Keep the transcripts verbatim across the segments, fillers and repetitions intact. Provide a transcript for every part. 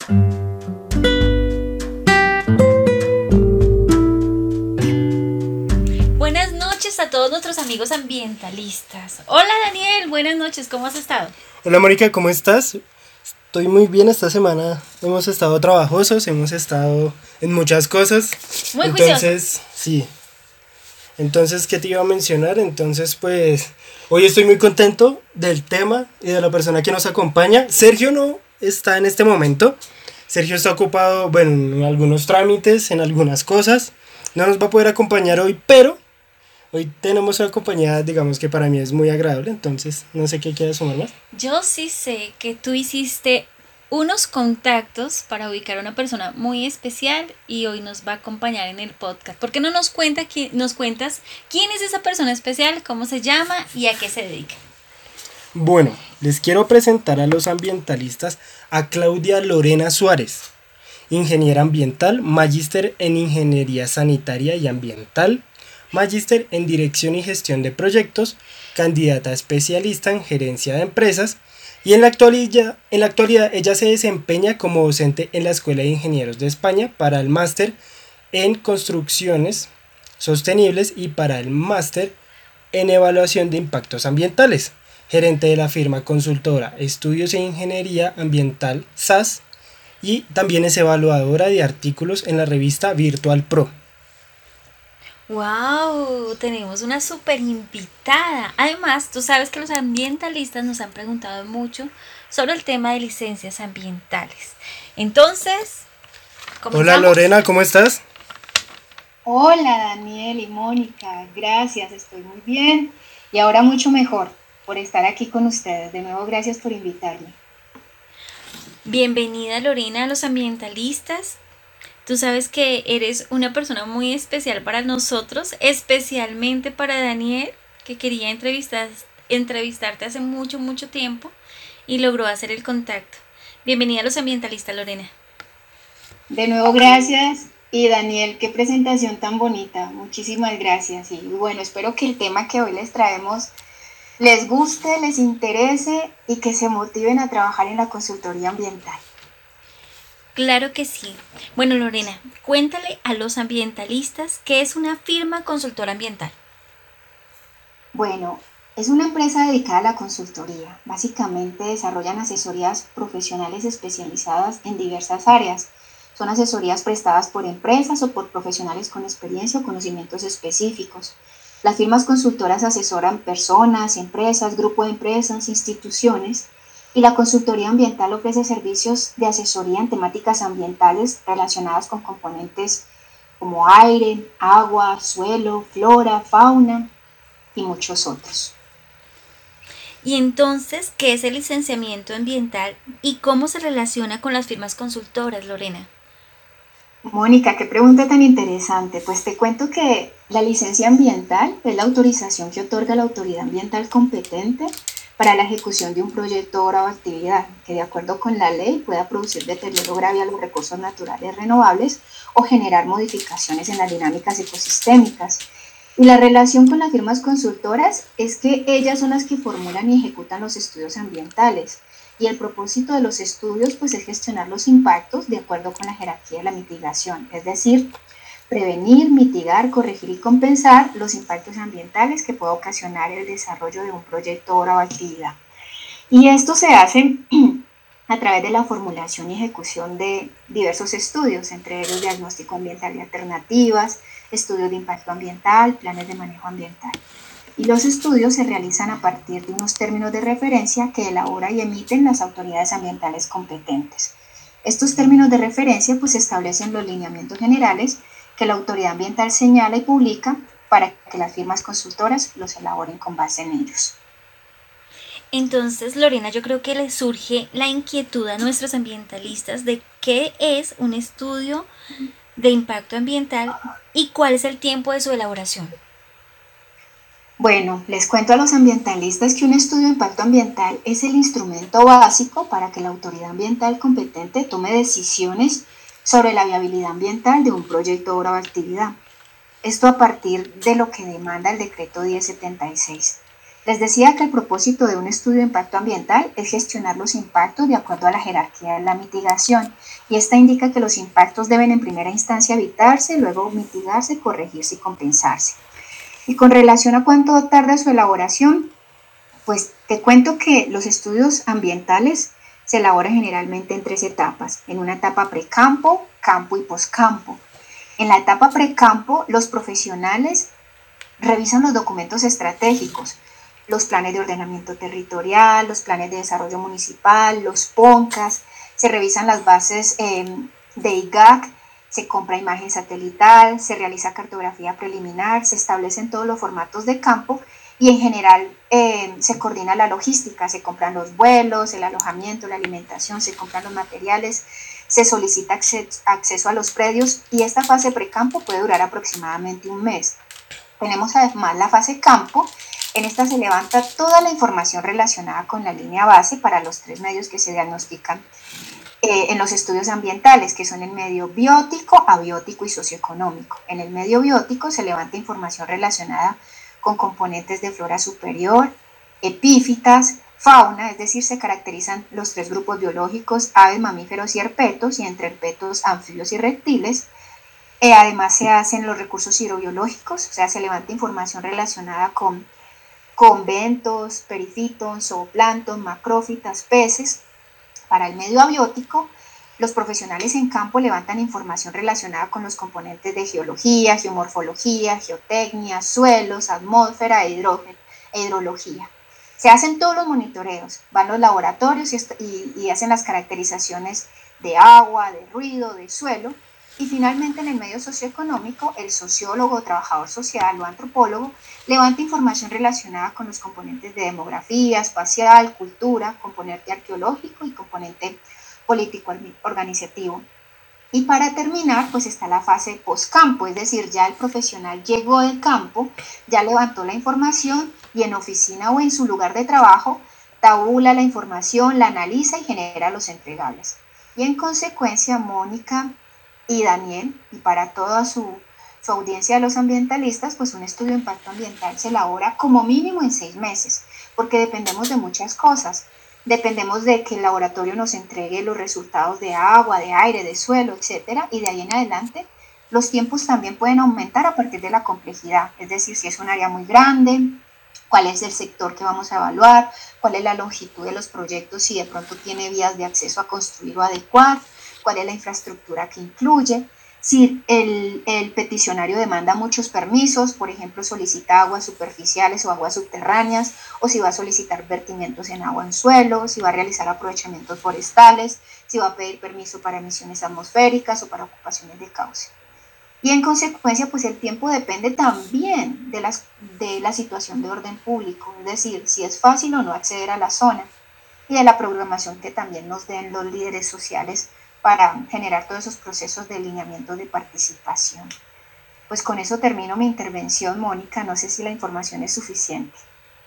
Buenas noches a todos nuestros amigos ambientalistas. Hola Daniel, buenas noches, ¿cómo has estado? Hola Mónica, ¿cómo estás? Estoy muy bien esta semana. Hemos estado trabajosos, hemos estado en muchas cosas. Muy Entonces, juicioso. sí. Entonces, ¿qué te iba a mencionar? Entonces, pues, hoy estoy muy contento del tema y de la persona que nos acompaña. Sergio no está en este momento. Sergio está ocupado, bueno, en algunos trámites, en algunas cosas. No nos va a poder acompañar hoy, pero hoy tenemos una compañía, digamos que para mí es muy agradable. Entonces, no sé qué quieras sumar más. Yo sí sé que tú hiciste unos contactos para ubicar a una persona muy especial y hoy nos va a acompañar en el podcast. ¿Por qué no nos cuenta, qui- nos cuentas quién es esa persona especial, cómo se llama y a qué se dedica? Bueno, les quiero presentar a los ambientalistas a Claudia Lorena Suárez, ingeniera ambiental, magíster en ingeniería sanitaria y ambiental, magíster en dirección y gestión de proyectos, candidata a especialista en gerencia de empresas y en la actualidad, en la actualidad ella se desempeña como docente en la Escuela de Ingenieros de España para el máster en construcciones sostenibles y para el máster en evaluación de impactos ambientales, gerente de la firma consultora Estudios e Ingeniería Ambiental S A S y también es evaluadora de artículos en la revista Virtual Pro. ¡Wow! Tenemos una super invitada. Además, tú sabes que los ambientalistas nos han preguntado mucho sobre el tema de licencias ambientales. Entonces, Hola ¿comenzamos? Lorena, ¿cómo estás? Hola Daniel y Mónica, gracias, estoy muy bien y ahora mucho mejor por estar aquí con ustedes. De nuevo, gracias por invitarme. Bienvenida Lorena a los ambientalistas. Tú sabes que eres una persona muy especial para nosotros, especialmente para Daniel, que quería entrevistar, entrevistarte hace mucho, mucho tiempo y logró hacer el contacto. Bienvenida a los ambientalistas, Lorena. De nuevo, gracias y Daniel, qué presentación tan bonita. Muchísimas gracias y bueno, espero que el tema que hoy les traemos les guste, les interese y que se motiven a trabajar en la consultoría ambiental. Claro que sí. Bueno, Lorena, cuéntale a los ambientalistas qué es una firma consultora ambiental. Bueno, es una empresa dedicada a la consultoría. Básicamente desarrollan asesorías profesionales especializadas en diversas áreas. Son asesorías prestadas por empresas o por profesionales con experiencia o conocimientos específicos. Las firmas consultoras asesoran personas, empresas, grupos de empresas, instituciones y la consultoría ambiental ofrece servicios de asesoría en temáticas ambientales relacionadas con componentes como aire, agua, suelo, flora, fauna y muchos otros. Y entonces, ¿qué es el licenciamiento ambiental y cómo se relaciona con las firmas consultoras, Lorena? Mónica, qué pregunta tan interesante. Pues te cuento que la licencia ambiental es la autorización que otorga la autoridad ambiental competente para la ejecución de un proyecto, obra o actividad que de acuerdo con la ley pueda producir deterioro grave a los recursos naturales renovables o generar modificaciones en las dinámicas ecosistémicas. Y la relación con las firmas consultoras es que ellas son las que formulan y ejecutan los estudios ambientales. Y el propósito de los estudios pues, es gestionar los impactos de acuerdo con la jerarquía de la mitigación, es decir, prevenir, mitigar, corregir y compensar los impactos ambientales que pueda ocasionar el desarrollo de un proyecto, obra o actividad. Y esto se hace a través de la formulación y ejecución de diversos estudios, entre ellos diagnóstico ambiental y alternativas, estudios de impacto ambiental, planes de manejo ambiental. Y los estudios se realizan a partir de unos términos de referencia que elaboran y emiten las autoridades ambientales competentes. Estos términos de referencia pues establecen los lineamientos generales que la autoridad ambiental señala y publica para que las firmas consultoras los elaboren con base en ellos. Entonces, Lorena, yo creo que le surge la inquietud a nuestros ambientalistas de qué es un estudio de impacto ambiental y cuál es el tiempo de su elaboración. Bueno, les cuento a los ambientalistas que un estudio de impacto ambiental es el instrumento básico para que la autoridad ambiental competente tome decisiones sobre la viabilidad ambiental de un proyecto, obra o actividad. Esto a partir de lo que demanda el decreto diez setenta y seis. Les decía que el propósito de un estudio de impacto ambiental es gestionar los impactos de acuerdo a la jerarquía de la mitigación, y esta indica que los impactos deben en primera instancia evitarse, luego mitigarse, corregirse y compensarse. Y con relación a cuánto tarda su elaboración, pues te cuento que los estudios ambientales se elaboran generalmente en tres etapas: en una etapa precampo, campo y poscampo. En la etapa precampo, los profesionales revisan los documentos estratégicos, los planes de ordenamiento territorial, los planes de desarrollo municipal, los PONCAS, se revisan las bases eh, de I G A C, se compra imagen satelital, se realiza cartografía preliminar, se establecen todos los formatos de campo y en general eh, se coordina la logística, se compran los vuelos, el alojamiento, la alimentación, se compran los materiales, se solicita acceso a los predios, y esta fase precampo puede durar aproximadamente un mes. Tenemos además la fase campo. En esta se levanta toda la información relacionada con la línea base para los tres medios que se diagnostican eh, en los estudios ambientales, que son el medio biótico, abiótico y socioeconómico. En el medio biótico se levanta información relacionada con componentes de flora superior, epífitas, fauna, es decir, se caracterizan los tres grupos biológicos: aves, mamíferos y herpetos, y entre herpetos, anfibios y reptiles. Eh, además se hacen los recursos hidrobiológicos, o sea, se levanta información relacionada con, con bentos, perifitons, zooplancton, macrófitas, peces. Para el medio abiótico, los profesionales en campo levantan información relacionada con los componentes de geología, geomorfología, geotecnia, suelos, atmósfera e, hidrógeno, e hidrología. Se hacen todos los monitoreos, van los laboratorios y, y, y hacen las caracterizaciones de agua, de ruido, de suelo. Y finalmente, en el medio socioeconómico, el sociólogo, trabajador social o antropólogo levanta información relacionada con los componentes de demografía, espacial, cultura, componente arqueológico y componente político-organizativo. Y para terminar, pues está la fase postcampo, es decir, ya el profesional llegó del campo, ya levantó la información y en oficina o en su lugar de trabajo tabula la información, la analiza y genera los entregables. Y en consecuencia, Mónica y Daniel, y para toda su, su audiencia de los ambientalistas, pues un estudio de impacto ambiental se elabora como mínimo en seis meses, porque dependemos de muchas cosas. Dependemos de que el laboratorio nos entregue los resultados de agua, de aire, de suelo, etcétera, y de ahí en adelante los tiempos también pueden aumentar a partir de la complejidad, es decir, si es un área muy grande, cuál es el sector que vamos a evaluar, cuál es la longitud de los proyectos, si de pronto tiene vías de acceso a construir o adecuar, cuál es la infraestructura que incluye, si el, el peticionario demanda muchos permisos, por ejemplo, solicita aguas superficiales o aguas subterráneas, o si va a solicitar vertimientos en agua en suelo, si va a realizar aprovechamientos forestales, si va a pedir permiso para emisiones atmosféricas o para ocupaciones de cauce. Y en consecuencia, pues el tiempo depende también de, las, de la situación de orden público, es decir, si es fácil o no acceder a la zona, y de la programación que también nos den los líderes sociales para generar todos esos procesos de alineamiento de participación. Pues con eso termino mi intervención, Mónica. No sé si la información es suficiente.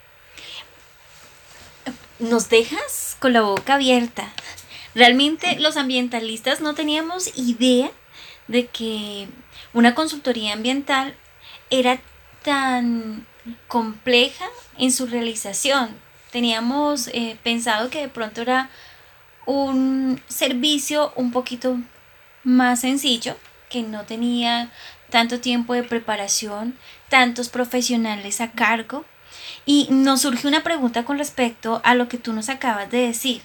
Nos dejas con la boca abierta. Realmente los ambientalistas no teníamos idea de que una consultoría ambiental era tan compleja en su realización. Teníamos eh, pensado que de pronto era un servicio un poquito más sencillo, que no tenía tanto tiempo de preparación, tantos profesionales a cargo. Y nos surge una pregunta con respecto a lo que tú nos acabas de decir.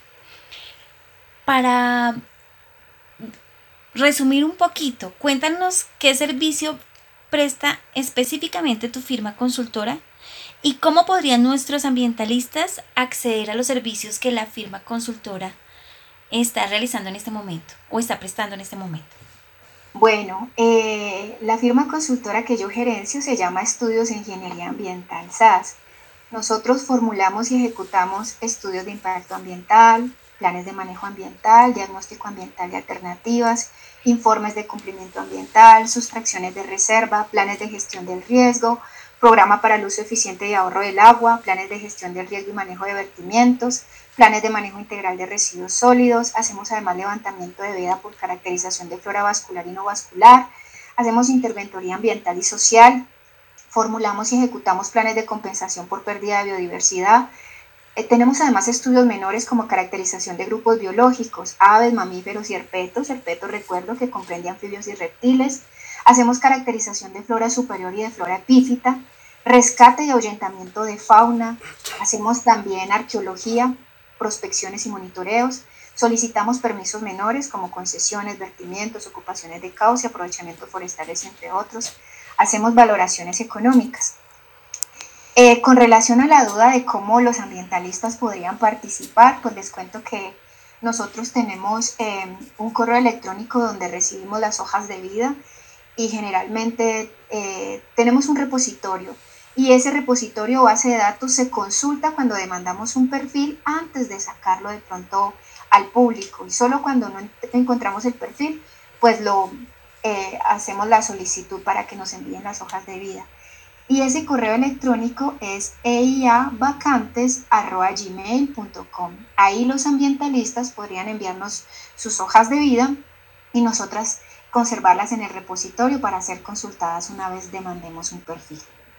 Para resumir un poquito, cuéntanos qué servicio presta específicamente tu firma consultora y cómo podrían nuestros ambientalistas acceder a los servicios que la firma consultora está realizando en este momento o está prestando en este momento. Bueno, eh, la firma consultora que yo gerencio se llama Estudios de Ingeniería Ambiental, S A S. Nosotros formulamos y ejecutamos estudios de impacto ambiental, planes de manejo ambiental, diagnóstico ambiental y alternativas, informes de cumplimiento ambiental, sustracciones de reserva, planes de gestión del riesgo, programa para el uso eficiente y ahorro del agua, planes de gestión del riesgo y manejo de vertimientos, planes de manejo integral de residuos sólidos. Hacemos además levantamiento de veda por caracterización de flora vascular y no vascular, hacemos interventoría ambiental y social, formulamos y ejecutamos planes de compensación por pérdida de biodiversidad. Eh, tenemos además estudios menores como caracterización de grupos biológicos, aves, mamíferos y herpetos. Herpetos, recuerdo que comprende anfibios y reptiles. Hacemos caracterización de flora superior y de flora epífita, rescate y ahuyentamiento de fauna. Hacemos también arqueología, prospecciones y monitoreos. Solicitamos permisos menores como concesiones, vertimientos, ocupaciones de cauce, aprovechamientos forestales, entre otros. Hacemos valoraciones económicas. Eh, con relación a la duda de cómo los ambientalistas podrían participar, pues les cuento que nosotros tenemos eh, un correo electrónico donde recibimos las hojas de vida y generalmente eh, tenemos un repositorio, y ese repositorio o base de datos se consulta cuando demandamos un perfil antes de sacarlo de pronto al público, y solo cuando no encontramos el perfil pues lo eh, hacemos la solicitud para que nos envíen las hojas de vida. Y ese correo electrónico es eiavacantes arroba gmail punto com. Ahí los ambientalistas podrían enviarnos sus hojas de vida y nosotras conservarlas en el repositorio para ser consultadas una vez demandemos un perfil.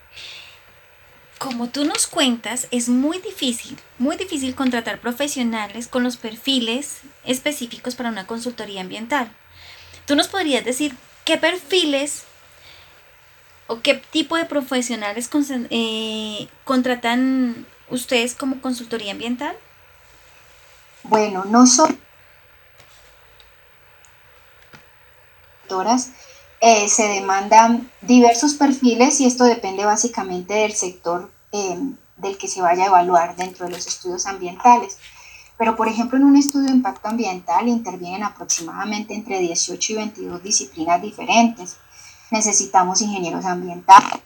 Como tú nos cuentas, es muy difícil, muy difícil contratar profesionales con los perfiles específicos para una consultoría ambiental. ¿Tú nos podrías decir qué perfiles o qué tipo de profesionales eh, contratan ustedes como consultoría ambiental? Bueno, no son eh, se demandan diversos perfiles y esto depende básicamente del sector eh, del que se vaya a evaluar dentro de los estudios ambientales. Pero, por ejemplo, en un estudio de impacto ambiental intervienen aproximadamente entre dieciocho y veintidós disciplinas diferentes. Necesitamos ingenieros ambientales,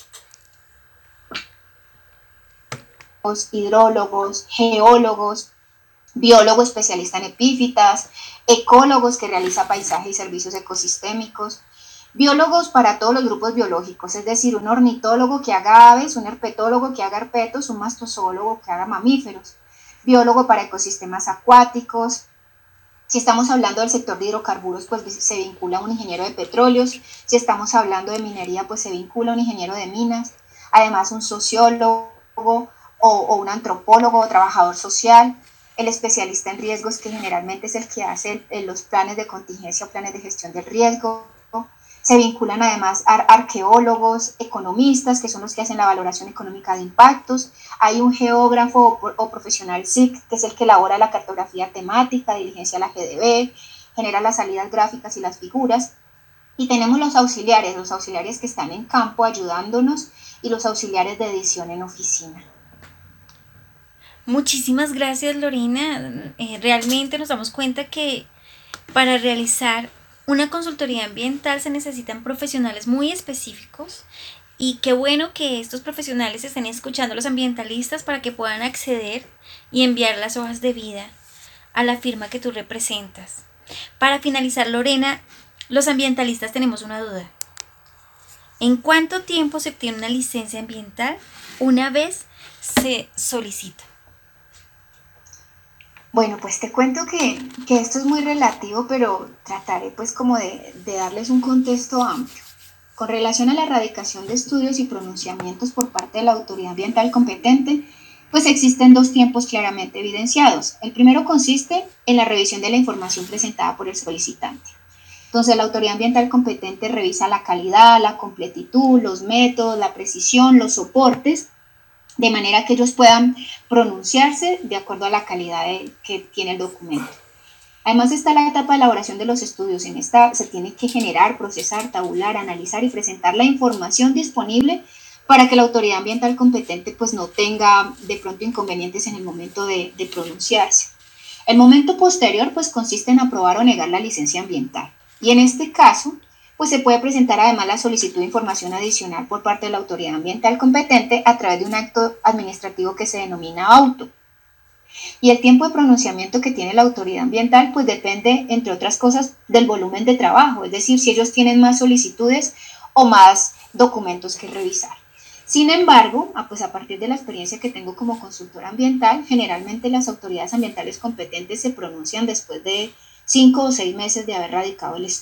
hidrólogos, geólogos, biólogo especialista en epífitas, ecólogos que realiza paisaje y servicios ecosistémicos, biólogos para todos los grupos biológicos, es decir, un ornitólogo que haga aves, un herpetólogo que haga herpetos, un mastozoólogo que haga mamíferos, biólogo para ecosistemas acuáticos. Si estamos hablando del sector de hidrocarburos, pues se vincula a un ingeniero de petróleos. Si estamos hablando de minería, pues se vincula a un ingeniero de minas. Además, un sociólogo o, o un antropólogo o trabajador social. El especialista en riesgos, que generalmente es el que hace el, los planes de contingencia o planes de gestión del riesgo. Se vinculan además a arqueólogos, economistas, que son los que hacen la valoración económica de impactos. Hay un geógrafo o, o profesional S I C, que es el que elabora la cartografía temática, diligencia la G D B, genera las salidas gráficas y las figuras. Y tenemos los auxiliares, los auxiliares que están en campo ayudándonos, y los auxiliares de edición en oficina. Muchísimas gracias, Lorena. Eh, realmente nos damos cuenta que para realizar una consultoría ambiental se necesitan profesionales muy específicos, y qué bueno que estos profesionales estén escuchando a los ambientalistas para que puedan acceder y enviar las hojas de vida a la firma que tú representas. Para finalizar, Lorena, los ambientalistas tenemos una duda. ¿En cuánto tiempo se obtiene una licencia ambiental una vez se solicita? Bueno, pues te cuento que, que esto es muy relativo, pero trataré pues como de, de darles un contexto amplio. Con relación a la erradicación de estudios y pronunciamientos por parte de la autoridad ambiental competente, pues existen dos tiempos claramente evidenciados. El primero consiste en la revisión de la información presentada por el solicitante. Entonces, la autoridad ambiental competente revisa la calidad, la completitud, los métodos, la precisión, los soportes, de manera que ellos puedan pronunciarse de acuerdo a la calidad de, que tiene el documento. Además está la etapa de elaboración de los estudios. En esta se tiene que generar, procesar, tabular, analizar y presentar la información disponible para que la autoridad ambiental competente pues no tenga de pronto inconvenientes en el momento de, de pronunciarse. El momento posterior pues consiste en aprobar o negar la licencia ambiental, y en este caso pues se puede presentar además la solicitud de información adicional por parte de la autoridad ambiental competente a través de un acto administrativo que se denomina auto. Y el tiempo de pronunciamiento que tiene la autoridad ambiental pues depende, entre otras cosas, del volumen de trabajo, es decir, si ellos tienen más solicitudes o más documentos que revisar. Sin embargo, pues a partir de la experiencia que tengo como consultora ambiental, generalmente las autoridades ambientales competentes se pronuncian después de cinco o seis meses de haber radicado el estudio.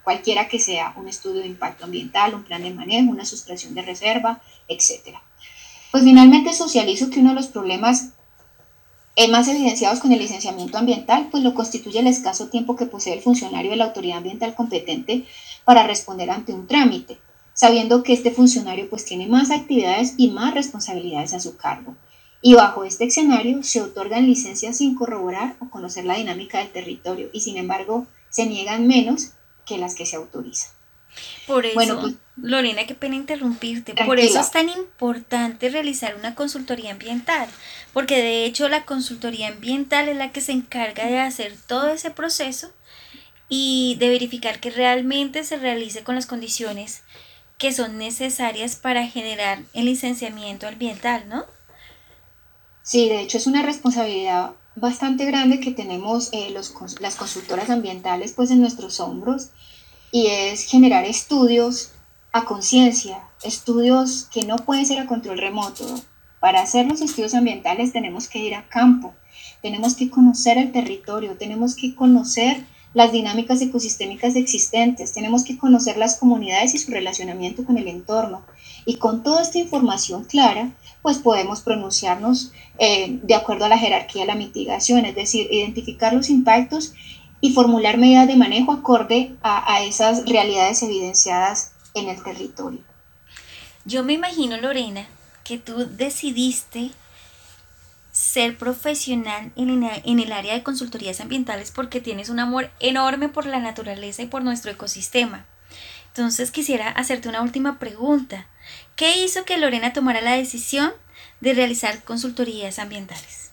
cualquiera que sea un estudio de impacto ambiental, un plan de manejo, una sustracción de reserva, etcétera. Pues finalmente socializo que uno de los problemas eh, más evidenciados con el licenciamiento ambiental, pues lo constituye el escaso tiempo que posee el funcionario de la autoridad ambiental competente para responder ante un trámite, sabiendo que este funcionario pues tiene más actividades y más responsabilidades a su cargo. Y bajo este escenario se otorgan licencias sin corroborar o conocer la dinámica del territorio y sin embargo se niegan menos que las que se autorizan. Por eso, Bueno, pues, Lorena, qué pena interrumpirte, tranquila. por eso es tan importante realizar una consultoría ambiental, porque de hecho la consultoría ambiental es la que se encarga de hacer todo ese proceso y de verificar que realmente se realice con las condiciones que son necesarias para generar el licenciamiento ambiental, ¿no? Sí, de hecho es una responsabilidad bastante grande que tenemos eh, los, las consultoras ambientales pues en nuestros hombros, y es generar estudios a conciencia, estudios que no pueden ser a control remoto. Para hacer los estudios ambientales tenemos que ir a campo, tenemos que conocer el territorio, tenemos que conocer las dinámicas ecosistémicas existentes, tenemos que conocer las comunidades y su relacionamiento con el entorno. Y con toda esta información clara, pues podemos pronunciarnos eh, de acuerdo a la jerarquía de la mitigación, es decir, identificar los impactos y formular medidas de manejo acorde a, a esas realidades evidenciadas en el territorio. Yo me imagino, Lorena, que tú decidiste ser profesional en, en el área de consultorías ambientales porque tienes un amor enorme por la naturaleza y por nuestro ecosistema. Entonces quisiera hacerte una última pregunta. ¿Qué hizo que Lorena tomara la decisión de realizar consultorías ambientales?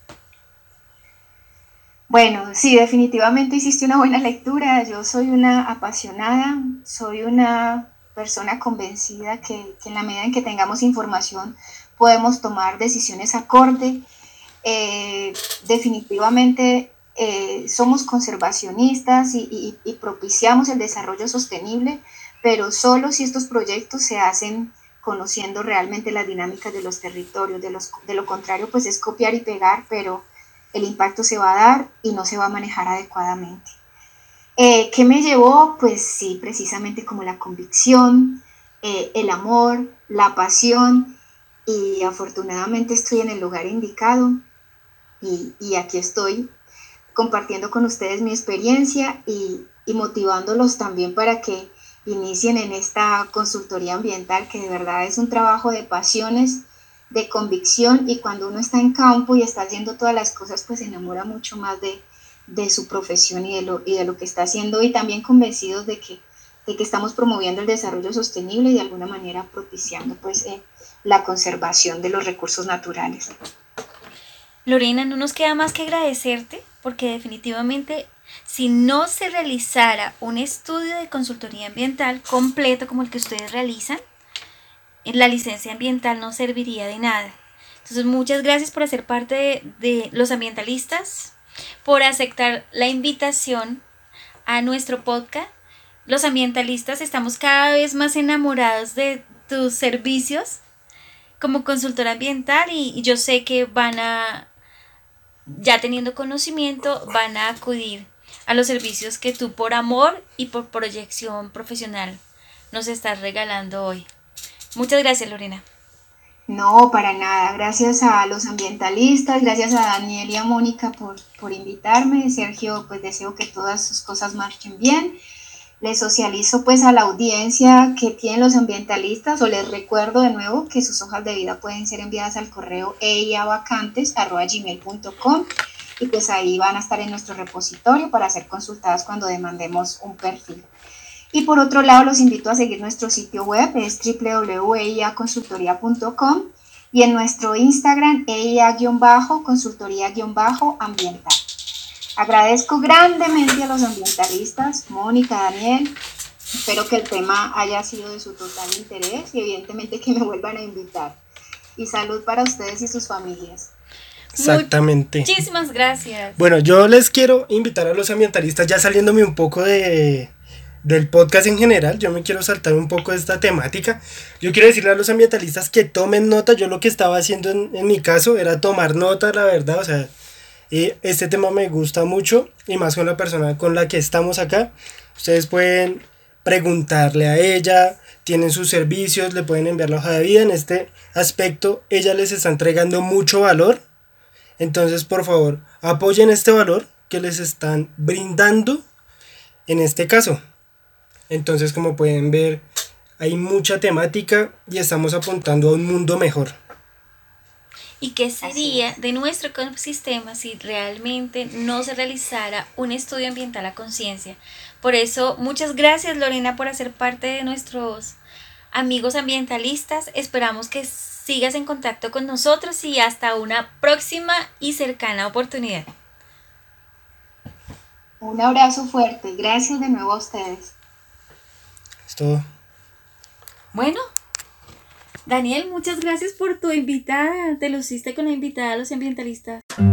Bueno, sí, definitivamente hiciste una buena lectura. Yo soy una apasionada, soy una persona convencida que, que en la medida en que tengamos información podemos tomar decisiones acorde. Eh, definitivamente eh, somos conservacionistas y, y, y propiciamos el desarrollo sostenible, pero solo si estos proyectos se hacen conociendo realmente las dinámicas de los territorios. De, los, de lo contrario, pues es copiar y pegar, pero el impacto se va a dar y no se va a manejar adecuadamente. Eh, ¿Qué me llevó? Pues sí, precisamente como la convicción, eh, el amor, la pasión, y afortunadamente estoy en el lugar indicado y, y aquí estoy compartiendo con ustedes mi experiencia y, y motivándolos también para que inicien en esta consultoría ambiental, que de verdad es un trabajo de pasiones, de convicción, y cuando uno está en campo y está haciendo todas las cosas, pues se enamora mucho más de, de su profesión y de, lo, y de lo que está haciendo, y también convencidos de que, de que estamos promoviendo el desarrollo sostenible y de alguna manera propiciando pues eh, la conservación de los recursos naturales. Lorena, no nos queda más que agradecerte porque definitivamente si no se realizara un estudio de consultoría ambiental completo como el que ustedes realizan, la licencia ambiental no serviría de nada. Entonces, muchas gracias por hacer parte de, de los ambientalistas, por aceptar la invitación a nuestro podcast. Los ambientalistas estamos cada vez más enamorados de tus servicios como consultora ambiental y, y yo sé que van a, ya teniendo conocimiento, van a acudir a los servicios que tú por amor y por proyección profesional nos estás regalando hoy. Muchas gracias, Lorena. No, para nada. Gracias a los ambientalistas, gracias a Daniel y a Mónica por, por invitarme. Sergio, pues deseo que todas sus cosas marchen bien. Les socializo pues a la audiencia que tienen los ambientalistas, o les recuerdo de nuevo que sus hojas de vida pueden ser enviadas al correo e i a vacantes arroba gmail punto com y pues ahí van a estar en nuestro repositorio para ser consultadas cuando demandemos un perfil. Y por otro lado, los invito a seguir nuestro sitio web, es doble u doble u doble u punto e i a consultoría punto com, y en nuestro Instagram, e i a consultoría ambiental. Agradezco grandemente a los ambientalistas, Mónica, Daniel. Espero que el tema haya sido de su total interés y evidentemente que me vuelvan a invitar. Y salud para ustedes y sus familias. Exactamente. Muchísimas gracias. Bueno, yo les quiero invitar a los ambientalistas, ya saliéndome un poco de... del podcast en general, yo me quiero saltar un poco de esta temática. Yo quiero decirle a los ambientalistas que tomen nota. Yo lo que estaba haciendo en, en mi caso era tomar nota, la verdad, o sea, y este tema me gusta mucho y más con la persona con la que estamos acá. Ustedes pueden preguntarle a ella, tienen sus servicios, le pueden enviar la hoja de vida. En este aspecto, ella les está entregando mucho valor. Entonces, por favor, apoyen este valor que les están brindando en este caso. Entonces, como pueden ver, hay mucha temática y estamos apuntando a un mundo mejor. ¿Y qué sería de nuestro ecosistema si realmente no se realizara un estudio ambiental a conciencia? Por eso, muchas gracias, Lorena, por hacer parte de nuestros amigos ambientalistas. Esperamos que sigas en contacto con nosotros y hasta una próxima y cercana oportunidad. Un abrazo fuerte. Gracias de nuevo a ustedes. Es todo. Bueno, Daniel, muchas gracias por tu invitada. Te luciste con la invitada a los ambientalistas.